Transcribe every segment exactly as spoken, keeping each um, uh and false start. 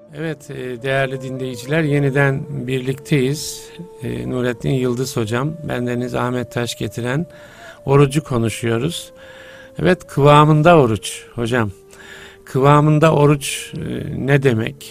Evet değerli dinleyiciler, yeniden birlikteyiz. Nurettin Yıldız hocam, bendeniz Ahmet Taş getiren orucu konuşuyoruz. Evet, kıvamında oruç hocam. Kıvamında oruç ne demek?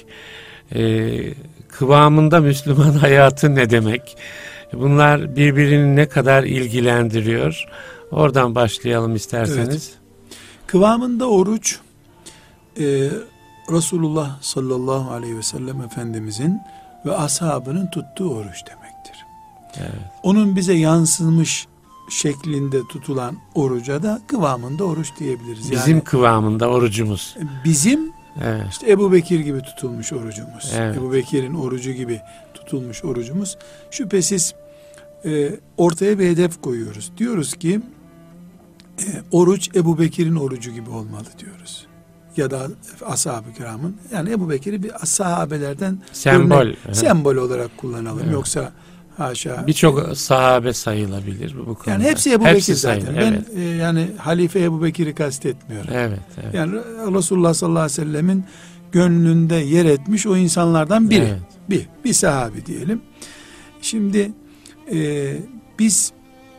Kıvamında Müslüman hayatı ne demek? Bunlar birbirini ne kadar ilgilendiriyor? Oradan başlayalım isterseniz. Evet. Kıvamında oruç e, Resulullah sallallahu aleyhi ve sellem Efendimizin ve ashabının tuttuğu oruç demektir. Evet. Onun bize yansımış şeklinde tutulan oruca da kıvamında oruç diyebiliriz. Bizim yani, kıvamında orucumuz. Bizim evet. işte Ebu Bekir gibi tutulmuş orucumuz. Evet. Ebu Bekir'in orucu gibi tutulmuş orucumuz. Şüphesiz e, ortaya bir hedef koyuyoruz. Diyoruz ki e, oruç Ebu Bekir'in orucu gibi olmalı diyoruz. Ya da ashab-ı kiramın, yani Ebu Bekir'i bir sahabelerden sembol örnek, sembol olarak kullanalım. Evet. Yoksa haşa. Birçok sahabe sayılabilir bu konuda. Yani hepsi Ebu Bekir sayılır, zaten. evet. Ben e, yani halife Ebu Bekir'i kastetmiyorum. Evet, evet. Yani Resulullah sallallahu aleyhi ve sellemin gönlünde yer etmiş o insanlardan biri. Evet. Bir, bir sahabi diyelim. Şimdi e, biz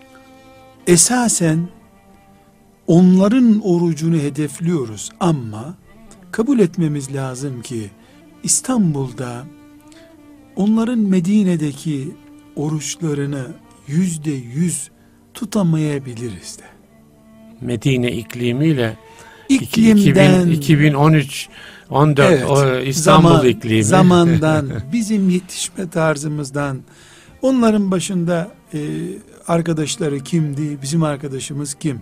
esasen onların orucunu hedefliyoruz ama kabul etmemiz lazım ki İstanbul'da onların Medine'deki oruçlarını yüzde yüz tutamayabiliriz de. Medine iklimiyle İklimden, iki bin on üç on dört evet, o İstanbul zaman, iklimi. Zamandan, bizim yetişme tarzımızdan, onların başında e, arkadaşları kimdi, bizim arkadaşımız kim?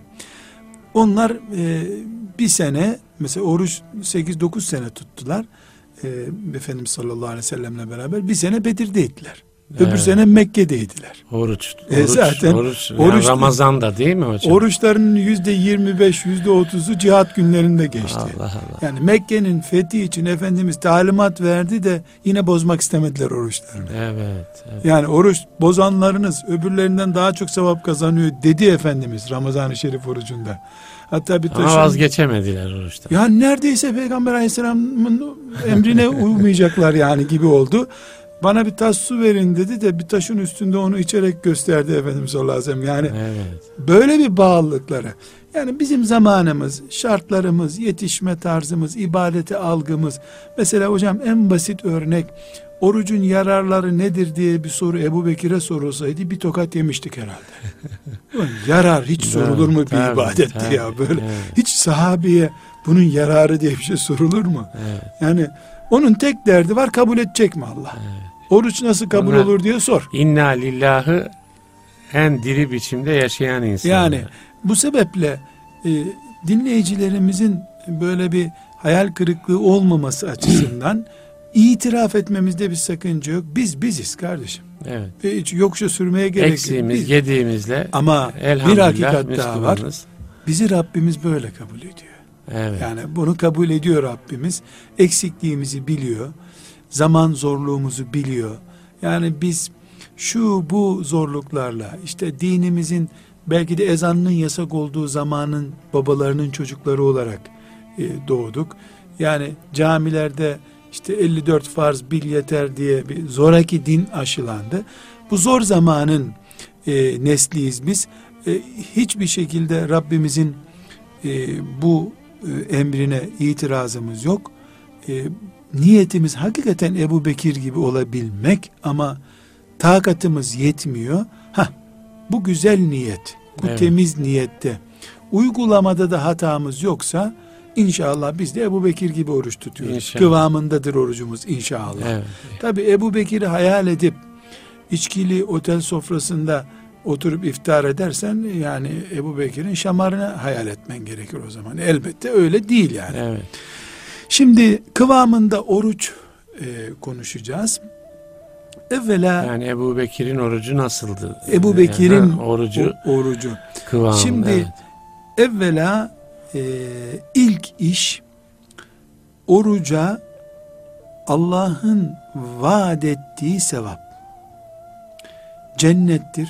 Onlar e, bir sene, mesela oruç sekiz dokuz sene tuttular. E, Efendimiz sallallahu aleyhi ve sellemle beraber bir sene Bedir'deydiler. Evet. Öbür sene Mekke'deydiler. Oruç, e, oruç, zaten oruç, yani oruç Ramazan'da değil mi hocam? Oruçlarının yüzde yirmi beş, yüzde otuzu cihat günlerinde geçti. Allah Allah. Yani Mekke'nin fethi için Efendimiz talimat verdi de yine bozmak istemediler oruçlarını. Evet, evet. Yani oruç bozanlarınız öbürlerinden daha çok sevap kazanıyor dedi Efendimiz Ramazan-ı Şerif orucunda. Hatta bir Ama taşın, vazgeçemediler oruçtan. yani neredeyse Peygamber Aleyhisselam'ın emrine uymayacaklar yani gibi oldu. Bana bir tas su verin dedi de bir taşın üstünde onu içerek gösterdi Efendimiz sallallahu aleyhi ve sellem. Yani evet. böyle bir bağlılıkları. Yani bizim zamanımız, şartlarımız, yetişme tarzımız, ibadete algımız. Mesela hocam en basit örnek, orucun yararları nedir diye bir soru Ebu Bekir'e sorulsaydı bir tokat yemiştik herhalde. Yarar hiç sorulur mu bir tabii, ibadettir tabii, ya böyle. evet. Hiç sahabeye bunun yararı diye bir şey sorulur mu? Evet. Yani onun tek derdi var, kabul edecek mi Allah? Evet. Oruç nasıl kabul Ona, olur diye sor. İnna lillahı en diri biçimde yaşayan insan. Yani bu sebeple e, dinleyicilerimizin böyle bir hayal kırıklığı olmaması açısından itiraf etmemizde bir sakınca yok. Biz biziz kardeşim. Evet. Ve hiç yokuşa sürmeye gerek yok. Eksiğimiz, Biz, yediğimizle ama bir hakikat daha var. Bizi Rabbimiz böyle kabul ediyor. Evet. Yani bunu kabul ediyor Rabbimiz. Eksikliğimizi biliyor. Zaman zorluğumuzu biliyor. Yani biz şu bu zorluklarla, işte dinimizin belki de ezanının yasak olduğu zamanın babalarının çocukları olarak e, doğduk. Yani camilerde işte elli dört farz bil yeter diye bir zoraki din aşılandı. Bu zor zamanın e, nesliyiz biz. E, hiçbir şekilde Rabbimizin e, bu e, emrine itirazımız yok. E, niyetimiz hakikaten Ebu Bekir gibi olabilmek ama takatımız yetmiyor. Hah, bu güzel niyet, bu evet. temiz niyette, uygulamada da hatamız yoksa İnşallah biz de Ebu Bekir gibi oruç tutuyoruz. İnşallah. Kıvamındadır orucumuz inşallah. Evet. Tabi Ebu Bekir'i hayal edip içkili otel sofrasında oturup iftar edersen yani Ebu Bekir'in şamarını hayal etmen gerekir o zaman. Elbette öyle değil yani. Evet. Şimdi kıvamında oruç e, konuşacağız. Evvela yani Ebu Bekir'in orucu nasıldı? Ebu Bekir'in yani, orucu o, orucu. Kıvamında. Şimdi evet. evvela e, ilk iş oruca Allah'ın vaat ettiği sevap. Cennettir.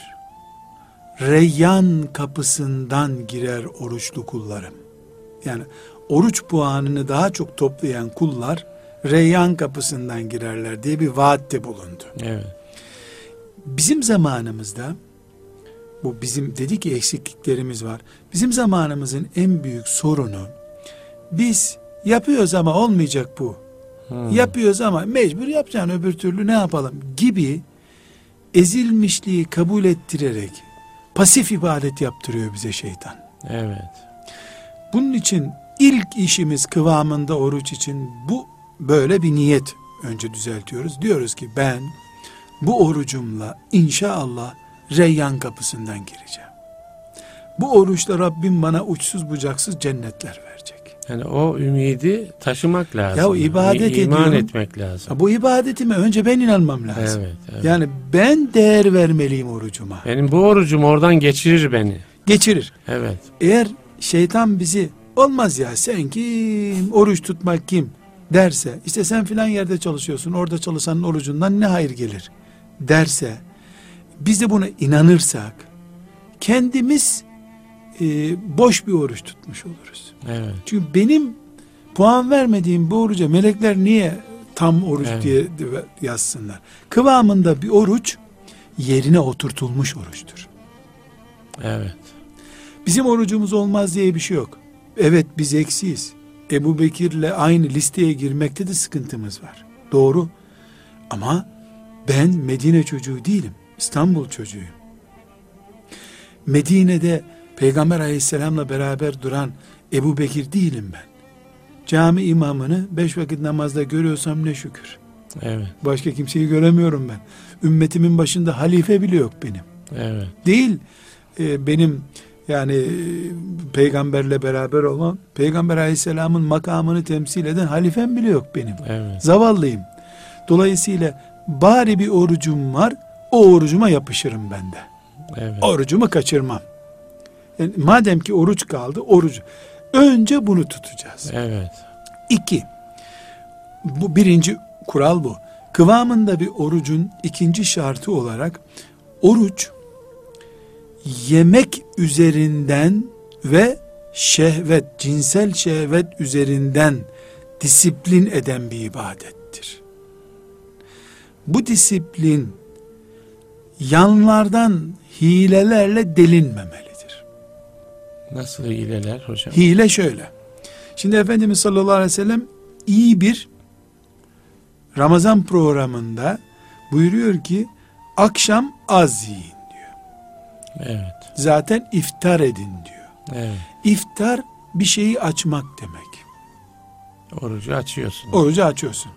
Reyyan kapısından girer oruçlu kullarım. Yani oruç puanını daha çok toplayan kullar Reyyan kapısından girerler diye bir vaatte bulundu. Evet. Bizim zamanımızda, bu bizim dedik ki eksikliklerimiz var. Bizim zamanımızın en büyük sorunu, biz yapıyoruz ama olmayacak bu. Hmm. Yapıyoruz ama mecbur yapacaksın, öbür türlü ne yapalım gibi ezilmişliği kabul ettirerek pasif ibadet yaptırıyor bize şeytan. Evet. Bunun için ilk işimiz kıvamında oruç için bu böyle bir niyet önce düzeltiyoruz. Diyoruz ki ben bu orucumla inşallah Reyyan kapısından gireceğim. Bu oruçla Rabbim bana uçsuz bucaksız cennetler verecek. Yani o ümidi taşımak lazım. Ya o ibadet İ- iman ediyorum. etmek lazım. Bu ibadetime önce ben inanmam lazım. Evet, evet. Yani ben değer vermeliyim orucuma. Benim bu orucum oradan geçirir beni. Geçirir. Evet. Eğer şeytan bizi olmaz ya sen kim, oruç tutmak kim derse, işte sen filan yerde çalışıyorsun, orada çalışanın orucundan ne hayır gelir derse, biz de buna inanırsak kendimiz e, boş bir oruç tutmuş oluruz. Evet. Çünkü benim puan vermediğim bu oruca melekler niye tam oruç Evet. diye yazsınlar? Kıvamında bir oruç yerine oturtulmuş oruçtur. Evet. Bizim orucumuz olmaz diye bir şey yok. Evet biz eksiyiz. Ebu Bekir'le aynı listeye girmekte de sıkıntımız var. Doğru. Ama ben Medine çocuğu değilim. İstanbul çocuğuyum. Medine'de Peygamber Aleyhisselam'la beraber duran Ebu Bekir değilim ben. Cami imamını beş vakit namazda görüyorsam ne şükür. Evet. Başka kimseyi göremiyorum ben. Ümmetimin başında halife bile yok benim. Evet. Değil e, benim yani e, peygamberle beraber olmam, Peygamber Aleyhisselam'ın makamını temsil eden halifem bile yok benim. Evet. Zavallıyım. Dolayısıyla bari bir orucum var, o orucuma yapışırım ben de. Evet. Orucumu kaçırmam. Yani madem ki oruç kaldı, orucu. Önce bunu tutacağız. Evet. İki, bu birinci kural bu. Kıvamında bir orucun ikinci şartı olarak, oruç yemek üzerinden ve şehvet, cinsel şehvet üzerinden disiplin eden bir ibadettir. Bu disiplin yanlardan hilelerle delinmemelidir. Nasıl hileler hocam? Hile şöyle. Şimdi Efendimiz sallallahu aleyhi ve sellem iyi bir Ramazan programında buyuruyor ki akşam az yiyin diyor. Evet. Zaten iftar edin diyor. Evet. İftar bir şeyi açmak demek. Orucu açıyorsun. Orucu açıyorsun.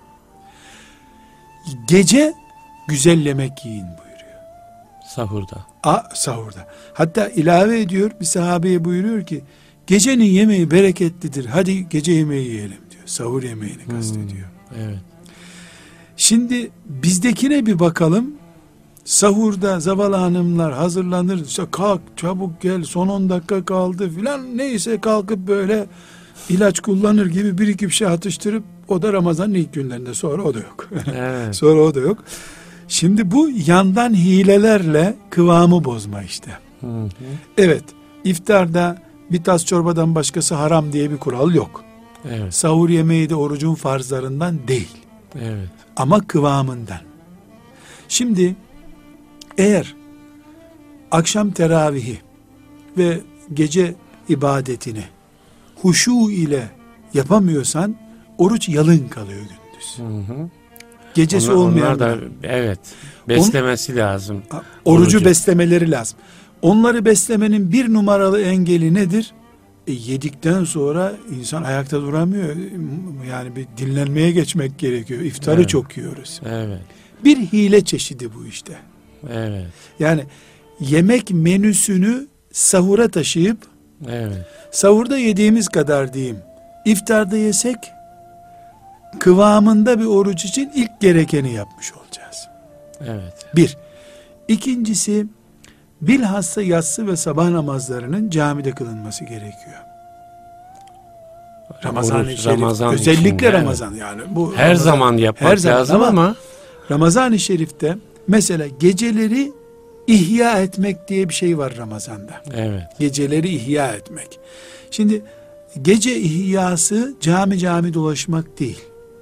Gece güzel yemek yiyin buyuruyor. Sahurda. A, sahurda. Hatta ilave ediyor, bir sahabeye buyuruyor ki gecenin yemeği bereketlidir. Hadi gece yemeği yiyelim diyor. Sahur yemeğini kastediyor. Hmm, evet. Şimdi bizdekine bir bakalım. Sahurda zavallı hanımlar hazırlanır. İşte kalk çabuk gel son on dakika kaldı filan, neyse kalkıp böyle ilaç kullanır gibi bir iki bir şey atıştırıp, o da Ramazan'ın ilk günlerinde, sonra o da yok. Evet. Sonra o da yok. Şimdi bu yandan hilelerle kıvamı bozma işte. Hı hı. Evet, iftarda bir tas çorbadan başkası haram diye bir kural yok. Evet. Sahur yemeği de orucun farzlarından değil. Evet. Ama kıvamından. Şimdi eğer akşam teravihi ve gece ibadetini huşu ile yapamıyorsan oruç yalın kalıyor gündüz. Hı hı. Gecesi Onlar, olmayan onlar da evet beslemesi lazım. orucu, Orucu. beslemeleri lazım. Onları beslemenin bir numaralı engeli nedir? E, yedikten sonra insan ayakta duramıyor. Yani bir dinlenmeye geçmek gerekiyor. İftarı Evet. çok yiyoruz. Evet. Bir hile çeşidi bu işte. Evet. Yani yemek menüsünü sahura taşıyıp, Evet. sahurda yediğimiz kadar diyeyim, iftarda yesek kıvamında bir oruç için ilk gerekeni yapmış olacağız. Evet. Bir. İkincisi, bilhassa yatsı ve sabah namazlarının camide kılınması gerekiyor. Ramazan-ı Oruç, Şerif, Ramazan özellikle içinde, Ramazan yani bu her Ramazan, zaman yapmak her zaman lazım ama Ramazan-ı Şerif'te mesela geceleri ihya etmek diye bir şey var Ramazan'da. evet. Geceleri ihya etmek. Şimdi gece ihyası cami cami dolaşmak değil.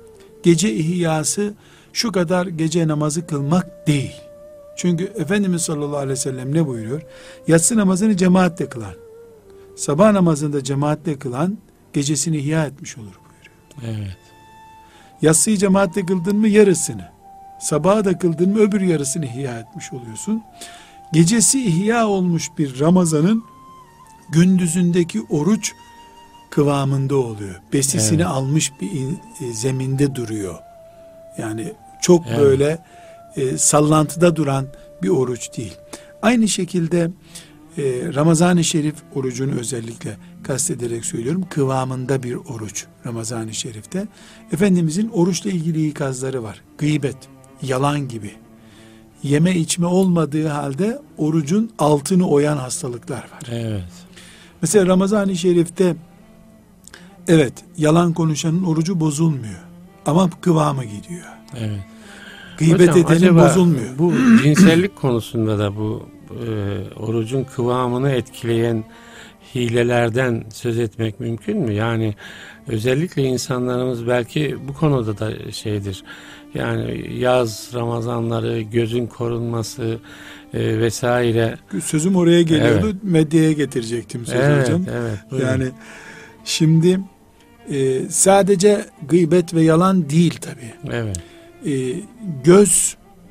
gece ihyası şu kadar gece namazı kılmak değil. Çünkü Efendimiz sallallahu aleyhi ve sellem ne buyuruyor? Yatsı namazını cemaatle kılan, sabah namazında cemaatle kılan gecesini ihya etmiş olur buyuruyor. Evet. Yatsıyı cemaatle kıldın mı yarısını, sabaha da kıldın mı öbür yarısını ihya etmiş oluyorsun. Gecesi ihya olmuş bir Ramazan'ın gündüzündeki oruç kıvamında oluyor. Besisini evet. almış bir in, e, zeminde duruyor. Yani çok evet. böyle e, sallantıda duran bir oruç değil. Aynı şekilde e, Ramazan-ı Şerif orucunu özellikle kastederek söylüyorum. Kıvamında bir oruç Ramazan-ı Şerif'te. Efendimizin oruçla ilgili ikazları var. Gıybet, yalan gibi. Yeme içme olmadığı halde orucun altını oyan hastalıklar var. Evet. Mesela Ramazan-ı Şerif'te evet yalan konuşanın orucu bozulmuyor. Ama kıvamı gidiyor. Evet. Gıybet Hocam, edenin bozulmuyor. Bu cinsellik konusunda da bu e, orucun kıvamını etkileyen hilelerden söz etmek mümkün mü? Yani özellikle insanlarımız belki bu konuda da şeydir. Yani yaz Ramazanları, gözün korunması e, vesaire. Sözüm oraya geliyordu. Evet. Medyaya getirecektim sözü evet, hocam. Evet, yani şimdi e, sadece gıybet ve yalan değil tabii. Evet. E, göz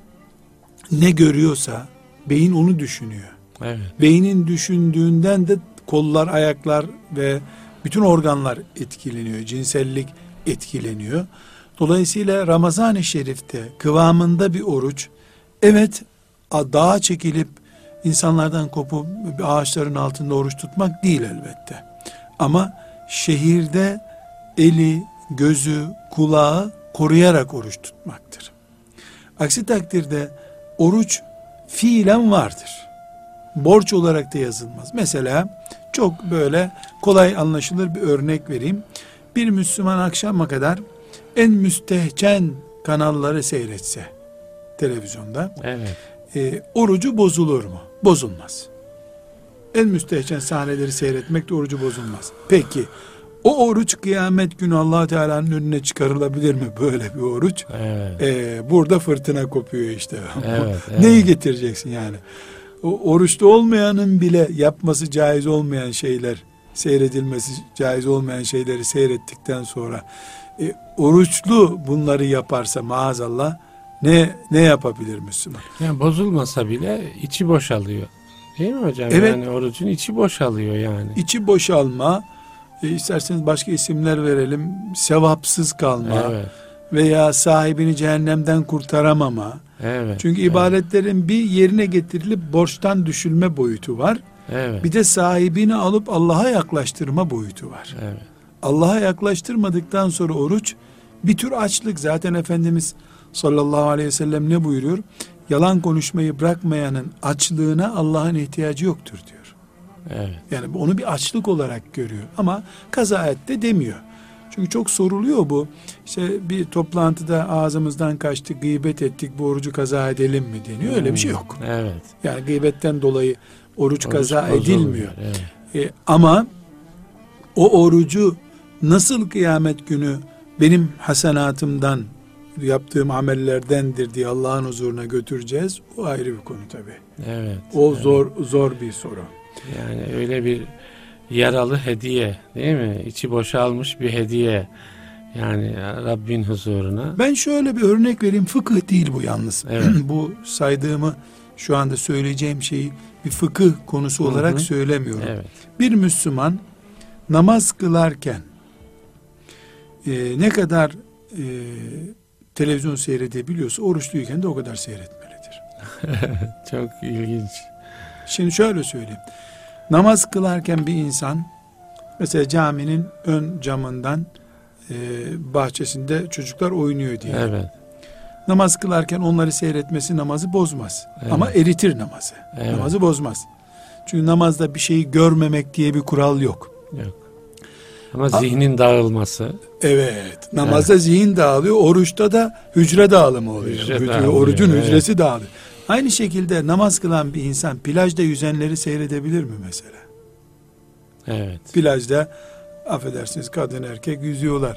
ne görüyorsa beyin onu düşünüyor. Evet. Beynin düşündüğünden de kollar, ayaklar ve bütün organlar etkileniyor. Cinsellik etkileniyor. Dolayısıyla Ramazan-ı Şerif'te kıvamında bir oruç, evet dağa çekilip insanlardan kopup ağaçların altında oruç tutmak değil elbette. Ama şehirde eli, gözü, kulağı koruyarak oruç tutmaktır. Aksi takdirde oruç fiilen vardır. Borç olarak da yazılmaz. Mesela çok böyle kolay anlaşılır bir örnek vereyim. Bir Müslüman akşama kadar en müstehcen kanalları seyretse televizyonda, evet. e, orucu bozulur mu? Bozulmaz. En müstehcen sahneleri seyretmek de orucu bozulmaz. Peki o oruç kıyamet günü Allah Teala'nın önüne çıkarılabilir mi böyle bir oruç? Evet. E, burada fırtına kopuyor işte. Evet, Neyi evet. getireceksin yani? O oruçta olmayanın bile yapması caiz olmayan şeyler, seyredilmesi caiz olmayan şeyleri seyrettikten sonra e, oruçlu bunları yaparsa maazallah ne ne yapabilir Müslüman? Yani bozulmasa bile içi boşalıyor. Değil mi hocam? Evet. Yani orucun içi boşalıyor yani. İçi boşalma, e, isterseniz başka isimler verelim, sevapsız kalma Evet. veya sahibini cehennemden kurtaramama. Evet. Çünkü evet. ibadetlerin bir yerine getirilip borçtan düşülme boyutu var. Evet. Bir de sahibini alıp Allah'a yaklaştırma boyutu var. Evet. Allah'a yaklaştırmadıktan sonra oruç bir tür açlık. Zaten Efendimiz sallallahu aleyhi ve sellem ne buyuruyor? Yalan konuşmayı bırakmayanın açlığına Allah'ın ihtiyacı yoktur diyor. Evet. Yani onu bir açlık olarak görüyor. Ama kaza et de demiyor. Çünkü çok soruluyor bu. İşte bir toplantıda ağzımızdan kaçtı, gıybet ettik, bu orucu kaza edelim mi deniyor. Öyle bir şey yok. Evet. Yani gıybetten dolayı oruç, oruç kaza edilmiyor. Evet. E, ama o orucu nasıl kıyamet günü benim hasenatımdan, yaptığım amellerdendir diye Allah'ın huzuruna götüreceğiz, o ayrı bir konu tabii. Evet. O evet. zor zor bir soru. Yani öyle bir yaralı hediye, değil mi? İçi boşalmış bir hediye. Yani Rabbin huzuruna. Ben şöyle bir örnek vereyim. Fıkıh değil bu yalnız. Evet. Bu saydığımı, şu anda söyleyeceğim şeyi bir fıkıh konusu Hı hı. olarak söylemiyorum. Evet. Bir Müslüman namaz kılarken e, ne kadar e, televizyon seyredebiliyorsa oruçluyken de o kadar seyretmelidir. Çok ilginç. Şimdi şöyle söyleyeyim. Namaz kılarken bir insan mesela caminin ön camından e, bahçesinde çocuklar oynuyor diye. Evet. Namaz kılarken onları seyretmesi namazı bozmaz. Evet. Ama eritir namazı. Evet. Namazı bozmaz. Çünkü namazda bir şeyi görmemek diye bir kural yok. Yok. Ama zihnin dağılması. Evet. Namazda evet. zihin dağılıyor. Oruçta da hücre dağılımı oluyor. Hücre Hücre, dağılıyor, orucun evet. hücresi dağılıyor. Aynı şekilde namaz kılan bir insan plajda yüzenleri seyredebilir mi mesela? Evet. Plajda affedersiniz kadın erkek yüzüyorlar.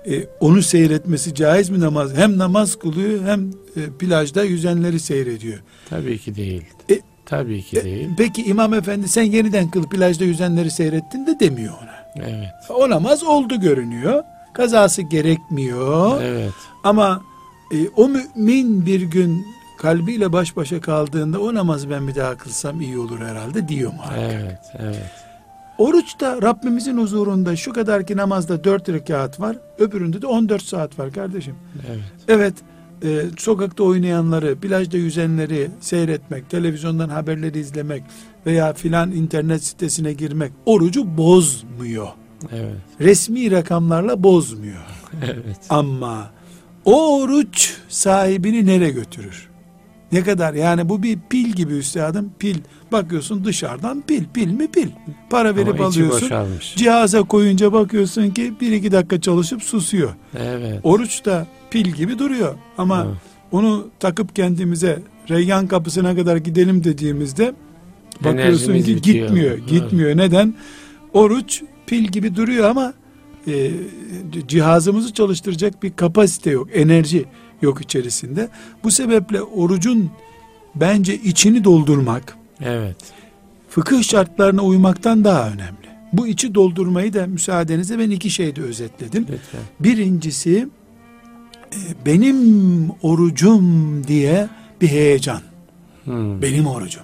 e, onu seyretmesi caiz mi namaz? Hem namaz kılıyor hem e, plajda yüzenleri seyrediyor. Tabii ki değil. E, Tabii ki e, değil. Peki imam efendi sen yeniden kıl, plajda yüzenleri seyrettin de demiyor ona. Evet. O namaz oldu görünüyor. Kazası gerekmiyor. Evet. Ama e, o mümin bir gün kalbiyle baş başa kaldığında o namazı ben bir daha kılsam iyi olur herhalde diyor muhakkak. Evet, evet. Oruçta Rabbimizin huzurunda şu kadar ki namazda dört rekat var, öbüründe de on dört saat var kardeşim. Evet. Evet, e, sokakta oynayanları, plajda yüzenleri seyretmek, televizyondan haberleri izlemek veya filan internet sitesine girmek orucu bozmuyor. Evet. Resmi rakamlarla bozmuyor. Evet. Ama o oruç sahibini nereye götürür? Ne kadar? Yani bu bir pil gibi üstadım. Pil. Bakıyorsun dışarıdan pil. Pil mi pil? Para verip Ama içi alıyorsun. boşalmış. Cihaza koyunca bakıyorsun ki bir iki dakika çalışıp susuyor. Evet. Oruç da pil gibi duruyor. Ama Evet. onu takıp kendimize Reyyan kapısına kadar gidelim dediğimizde bakıyorsun Enerjimiz ki bitiyor. gitmiyor. Evet. Gitmiyor. Neden? Oruç pil gibi duruyor ama e, cihazımızı çalıştıracak bir kapasite yok. Enerji yok içerisinde. Bu sebeple orucun bence içini doldurmak, Evet. fıkıh şartlarına uymaktan daha önemli. Bu içi doldurmayı da müsaadenizle ben iki şeyde özetledim. Lütfen. Birincisi e, benim orucum diye bir heyecan. Hmm. Benim orucum.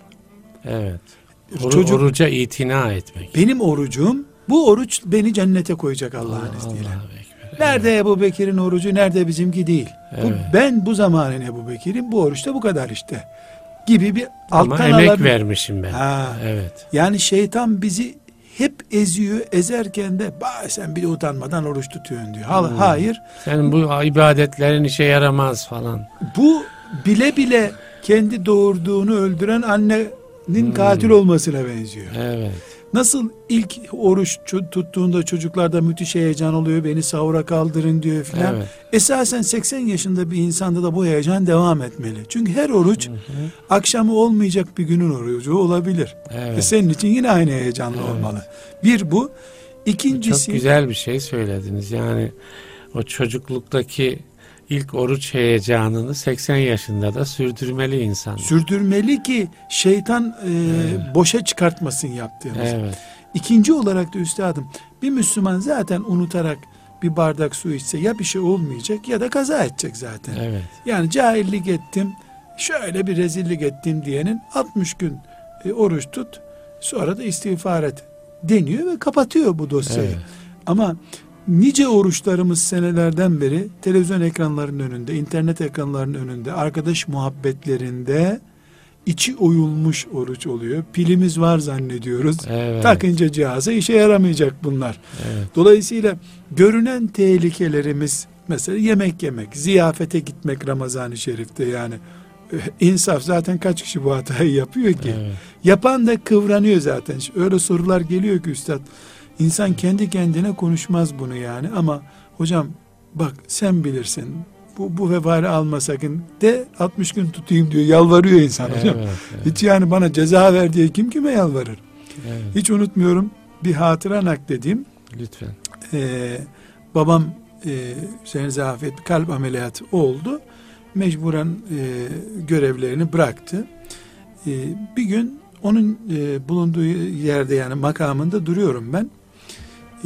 Evet. Oru, Çocuk- Oruca itina etmek. Benim orucum, bu oruç beni cennete koyacak Allah'ın izniyle. Allahu Ekber. Nerede Ebu Bekir'in orucu, nerede bizimki değil. Bu, Evet. ben bu zamanın Ebu Bekir'im, bu oruçta bu kadar işte. Gibi bir Ama alttan emek alabil- vermişim ben. Ha. Evet. Yani şeytan bizi hep eziyor, ezerken de "Bah, sen bir de utanmadan oruç tutuyorsun" diyor. Ha- Hmm. Hayır, Senin bu ibadetlerin işe yaramaz falan. bu bile bile kendi doğurduğunu öldüren annenin Hmm. katil olmasına benziyor. Evet. Nasıl ilk oruç ço- tuttuğunda çocuklarda müthiş heyecan oluyor, beni sahura kaldırın diyor filan. Evet. Esasen seksen yaşında bir insanda da bu heyecan devam etmeli. Çünkü her oruç Hı hı. akşamı olmayacak bir günün orucu olabilir. Evet. Ve senin için yine aynı heyecanlı Evet. olmalı. Bir bu. Çok İkincisi, güzel bir şey söylediniz. Yani o çocukluktaki ilk oruç heyecanını seksen yaşında da sürdürmeli insan. sürdürmeli ki şeytan e, Evet. boşa çıkartmasın yaptığımız. Evet. İkinci olarak da üstadım, bir Müslüman zaten unutarak bir bardak su içse ya bir şey olmayacak ya da kaza edecek zaten. Evet. Yani cahillik ettim, şöyle bir rezillik ettim diyenin altmış gün e, oruç tut, sonra da istiğfar et deniyor ve kapatıyor bu dosyayı. Evet. Ama nice oruçlarımız senelerden beri televizyon ekranlarının önünde, internet ekranlarının önünde, arkadaş muhabbetlerinde içi oyulmuş oruç oluyor. Pilimiz var zannediyoruz. Evet. Takınca cihaza işe yaramayacak bunlar. Evet. Dolayısıyla görünen tehlikelerimiz, mesela yemek yemek, ziyafete gitmek Ramazan-ı Şerif'te, yani insaf, zaten kaç kişi bu hatayı yapıyor ki? Evet. Yapan da kıvranıyor zaten. Öyle sorular geliyor ki üstad, insan kendi kendine konuşmaz bunu yani, ama hocam bak sen bilirsin, bu, bu vebali alma sakın de, altmış gün tutayım diyor, yalvarıyor insan hocam. Evet, evet. Hiç yani bana ceza ver diye kim kime yalvarır? Evet. Hiç unutmuyorum, bir hatıra nakledeyim. Lütfen. Ee, babam e, Hüseyin Zafiyet bir kalp ameliyatı oldu. Mecburen e, görevlerini bıraktı. E, bir gün onun e, bulunduğu yerde, yani makamında duruyorum ben. E,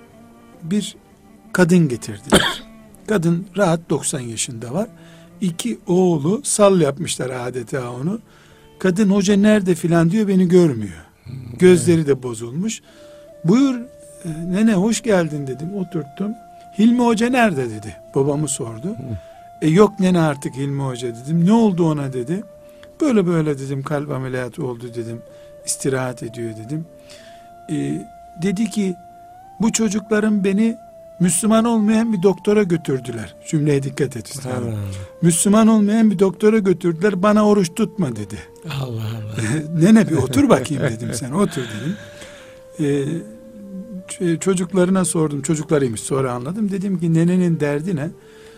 bir kadın getirdiler. Kadın rahat doksan yaşında var. İki oğlu sal yapmışlar adeta onu. Kadın hoca nerede filan diyor, beni görmüyor. Gözleri de bozulmuş. Buyur e, nene hoş geldin dedim, oturttum. Hilmi Hoca nerede dedi. Babamı sordu. E yok nene artık Hilmi Hoca dedim. Ne oldu ona dedi. Böyle böyle dedim, kalp ameliyatı oldu dedim. İstirahat ediyor dedim. E, dedi ki bu çocukların beni Müslüman olmayan bir doktora götürdüler. Cümleye dikkat et üstadım. Allah Müslüman olmayan bir doktora götürdüler. Bana oruç tutma dedi. Allah. Allah. Nene bir otur bakayım dedim, sen otur dedim. Ee, ç- çocuklarına sordum, çocuklarıymış, sonra anladım. Dedim ki nenenin derdi ne?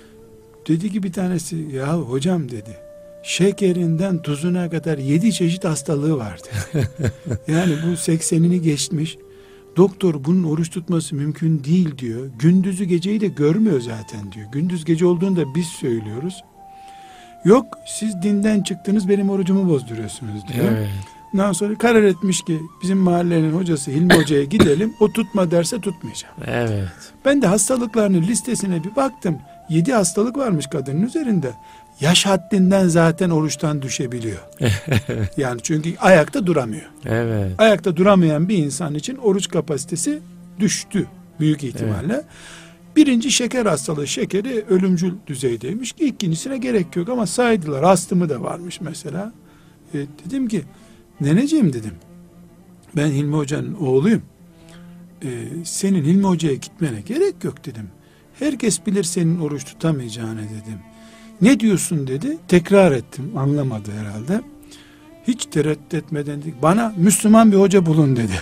Dedi ki bir tanesi, ya hocam dedi, şekerinden tuzuna kadar yedi çeşit hastalığı vardı. Yani bu seksenini geçmiş, Doktor bunun oruç tutması mümkün değil diyor. Gündüzü geceyi de görmüyor zaten diyor. Gündüz gece olduğunu da biz söylüyoruz. Yok siz dinden çıktınız benim orucumu bozduruyorsunuz diyor. Evet. Ondan sonra karar etmiş ki bizim mahallenin hocası Hilmi Hoca'ya gidelim. O tutma derse tutmayacağım. Evet. Ben de hastalıklarının listesine bir baktım. Yedi hastalık varmış kadının üzerinde. Yaş haddinden zaten oruçtan düşebiliyor. Yani çünkü ayakta duramıyor. Evet. Ayakta duramayan bir insan için oruç kapasitesi düştü büyük ihtimalle. Evet. Birinci şeker hastalığı, şekeri ölümcül düzeydeymiş ki ikincisine gerek yok ama saydılar. Astımı da varmış mesela. E, dedim ki neneciğim dedim, ben Hilmi Hoca'nın oğluyum. E, senin Hilmi Hoca'ya gitmene gerek yok dedim. Herkes bilir senin oruç tutamayacağını dedim. Ne diyorsun dedi. Tekrar ettim. Anlamadı herhalde. Hiç tereddüt etmeden dedi. Bana Müslüman bir hoca bulun dedi.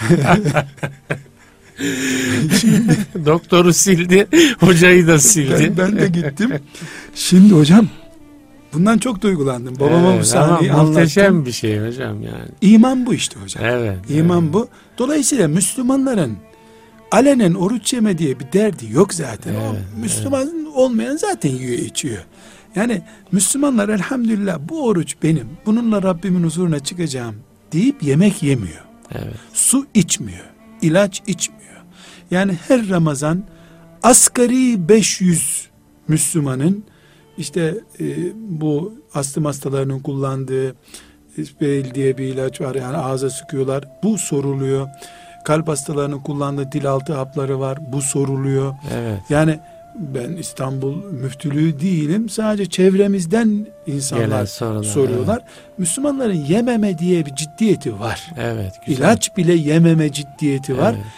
Şimdi, doktoru sildi, hocayı da sildi. Ben, ben de gittim. Şimdi hocam bundan çok duygulandım. Babama evet, bu sahneyi anlattım. Muhteşem bir şey hocam yani. İman bu işte hocam. Evet. İman evet. bu. Dolayısıyla Müslümanların alenen oruç yeme diye bir derdi yok zaten. Evet, o Müslüman evet. olmayan zaten yiyor içiyor. Yani Müslümanlar elhamdülillah bu oruç benim. Bununla Rabbimin huzuruna çıkacağım deyip yemek yemiyor. Evet. Su içmiyor. İlaç içmiyor. Yani her Ramazan asgari beş yüz Müslümanın işte e, bu astım hastalarının kullandığı İspeil diye bir ilaç var. Yani ağza sıkıyorlar. Bu soruluyor. Kalp hastalarının kullandığı dil altı hapları var. Bu soruluyor. Evet. Yani ben İstanbul müftülüğü değilim. Sadece çevremizden insanlar soruyorlar. Evet. Müslümanların yememe diye bir ciddiyeti var. Evet. Güzel. İlaç bile yememe ciddiyeti var. Evet.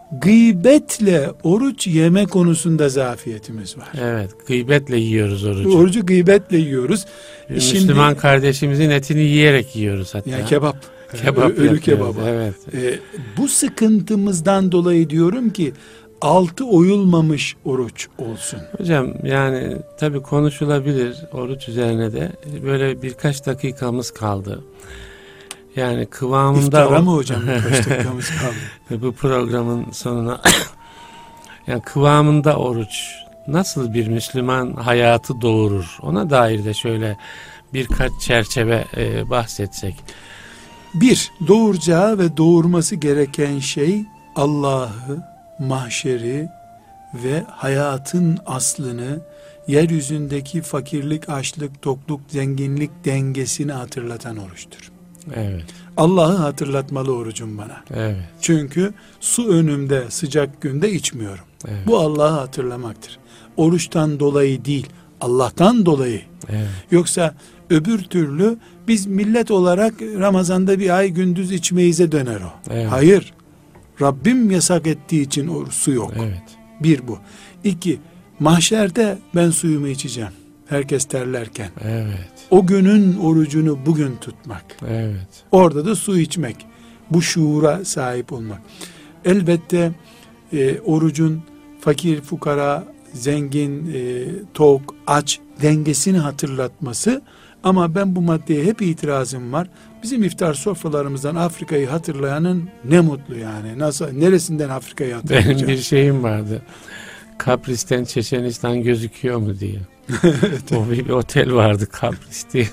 Gıybetle oruç yeme konusunda zafiyetimiz var. Evet. Gıybetle yiyoruz orucu. Orucu gıybetle yiyoruz. Bir Şimdi, Müslüman kardeşimizin etini yiyerek yiyoruz hatta. Yani kebap. Kebap ölü kebabı. Evet. Ee, bu sıkıntımızdan dolayı diyorum ki altı oyulmamış oruç olsun. Hocam yani tabii konuşulabilir oruç üzerine de böyle birkaç dakikamız kaldı. Yani kıvamında... İftara mı hocam birkaç dakikamız kaldı? Bu programın sonuna... yani kıvamında oruç nasıl bir Müslüman hayatı doğurur? Ona dair de şöyle birkaç çerçeve e, bahsetsek. Bir, doğuracağı ve doğurması gereken şey Allah'ı, mahşeri ve hayatın aslını, yeryüzündeki fakirlik, açlık, tokluk, zenginlik dengesini hatırlatan oruçtur. Evet. Allah'ı hatırlatmalı orucum bana. Evet. Çünkü su önümde sıcak günde içmiyorum. Evet. Bu Allah'ı hatırlamaktır. Oruçtan dolayı değil, Allah'tan dolayı. Evet. Yoksa öbür türlü biz millet olarak Ramazan'da bir ay gündüz içmeyize döner o. Evet. Hayır. Rabbim yasak ettiği için o su yok. Evet. Bir bu. İki, mahşerde ben suyumu içeceğim. Herkes terlerken. Evet. O günün orucunu bugün tutmak. Evet. Orada da su içmek. Bu şuura sahip olmak. Elbette e, orucun fakir, fukara, zengin, e, tok, aç dengesini hatırlatması. Ama ben bu maddeye hep itirazım var. Bizim iftar sofralarımızdan Afrika'yı hatırlayanın ne mutlu yani. Nasıl, neresinden Afrika'yı hatırlayacak? Benim bir şeyim vardı. Kapris'ten Çeçenistan gözüküyor mu diye. Evet. O bir, bir otel vardı Kapris diye.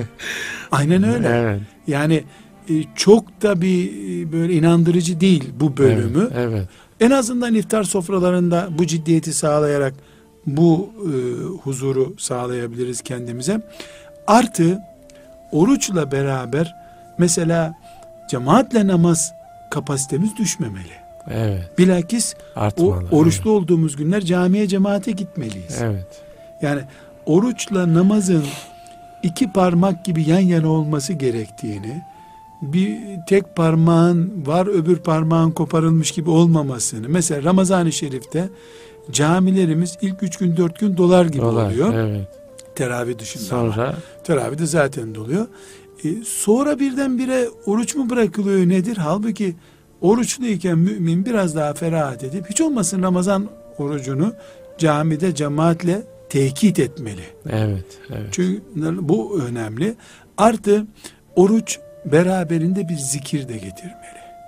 Aynen öyle. Evet. Yani e, çok da bir e, böyle inandırıcı değil bu bölümü. Evet, evet. En azından iftar sofralarında bu ciddiyeti sağlayarak bu e, huzuru sağlayabiliriz kendimize. Artı oruçla beraber mesela cemaatle namaz kapasitemiz düşmemeli. Evet. Bilakis Artmalı, o oruçlu evet. olduğumuz günler camiye cemaate gitmeliyiz. Evet. Yani oruçla namazın iki parmak gibi yan yana olması gerektiğini, bir tek parmağın var öbür parmağın koparılmış gibi olmamasını. Mesela Ramazan-ı Şerif'te camilerimiz ilk üç gün dört gün dolar gibi Dolar, oluyor. Evet. Teravih dışında. Sonra teravih de zaten doluyor. Ee, sonra birdenbire oruç mu bırakılıyor nedir? Halbuki oruçluyken mümin biraz daha ferahat edip hiç olmasın Ramazan orucunu camide cemaatle tekit etmeli. Evet, evet. Çünkü bu önemli. Artı oruç beraberinde bir zikir de getirmeli.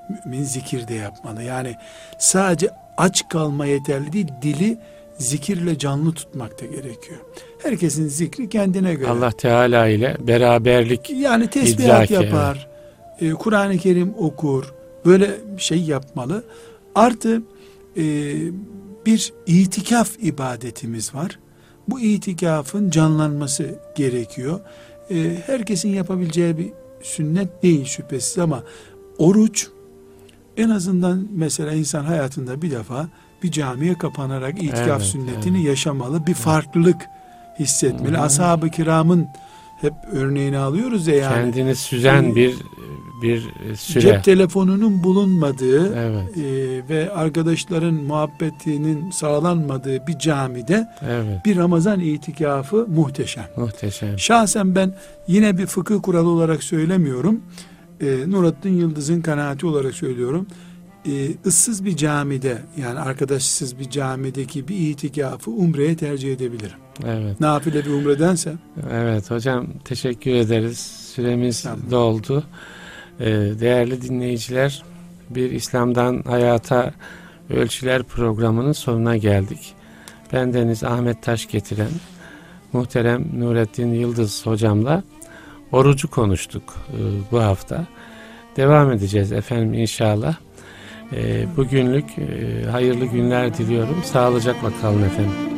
mümin zikir de yapmalı. Yani sadece aç kalma yeterli değil, dili zikirle canlı tutmak da gerekiyor. Herkesin zikri kendine göre. Allah Teala ile beraberlik, yani tesbihat yapar, evet. e, Kur'an-ı Kerim okur, böyle bir şey yapmalı. Artı e, bir itikaf ibadetimiz var. Bu itikafın canlanması gerekiyor. E, herkesin yapabileceği bir sünnet değil şüphesiz, ama oruç en azından mesela insan hayatında bir defa bir camiye kapanarak itikaf evet, sünnetini evet. yaşamalı. Bir farklılık hissetmeli. Hmm. Ashab-ı kiramın hep örneğini alıyoruz ya yani. Kendini süzen ee, bir bir süre. Cep telefonunun bulunmadığı evet. e, ve arkadaşların muhabbetinin sağlanmadığı bir camide evet. bir Ramazan itikafı muhteşem. Muhteşem. Şahsen ben yine bir fıkıh kuralı olarak söylemiyorum. E, Nurattin Yıldız'ın kanaati olarak söylüyorum. E, ıssız bir camide, yani arkadaşsız bir camideki bir itikafı umreye tercih edebilirim. Evet. Nafile bir umredense. Evet hocam, teşekkür ederiz. Süremiz tamam. doldu. Ee, değerli dinleyiciler, bir İslam'dan Hayata Ölçüler programının sonuna geldik. Bendeniz Ahmet Taş getiren muhterem Nurettin Yıldız hocamla orucu konuştuk e, bu hafta. Devam edeceğiz efendim inşallah. E, bugünlük e, hayırlı günler diliyorum. Sağlıcakla kalın efendim.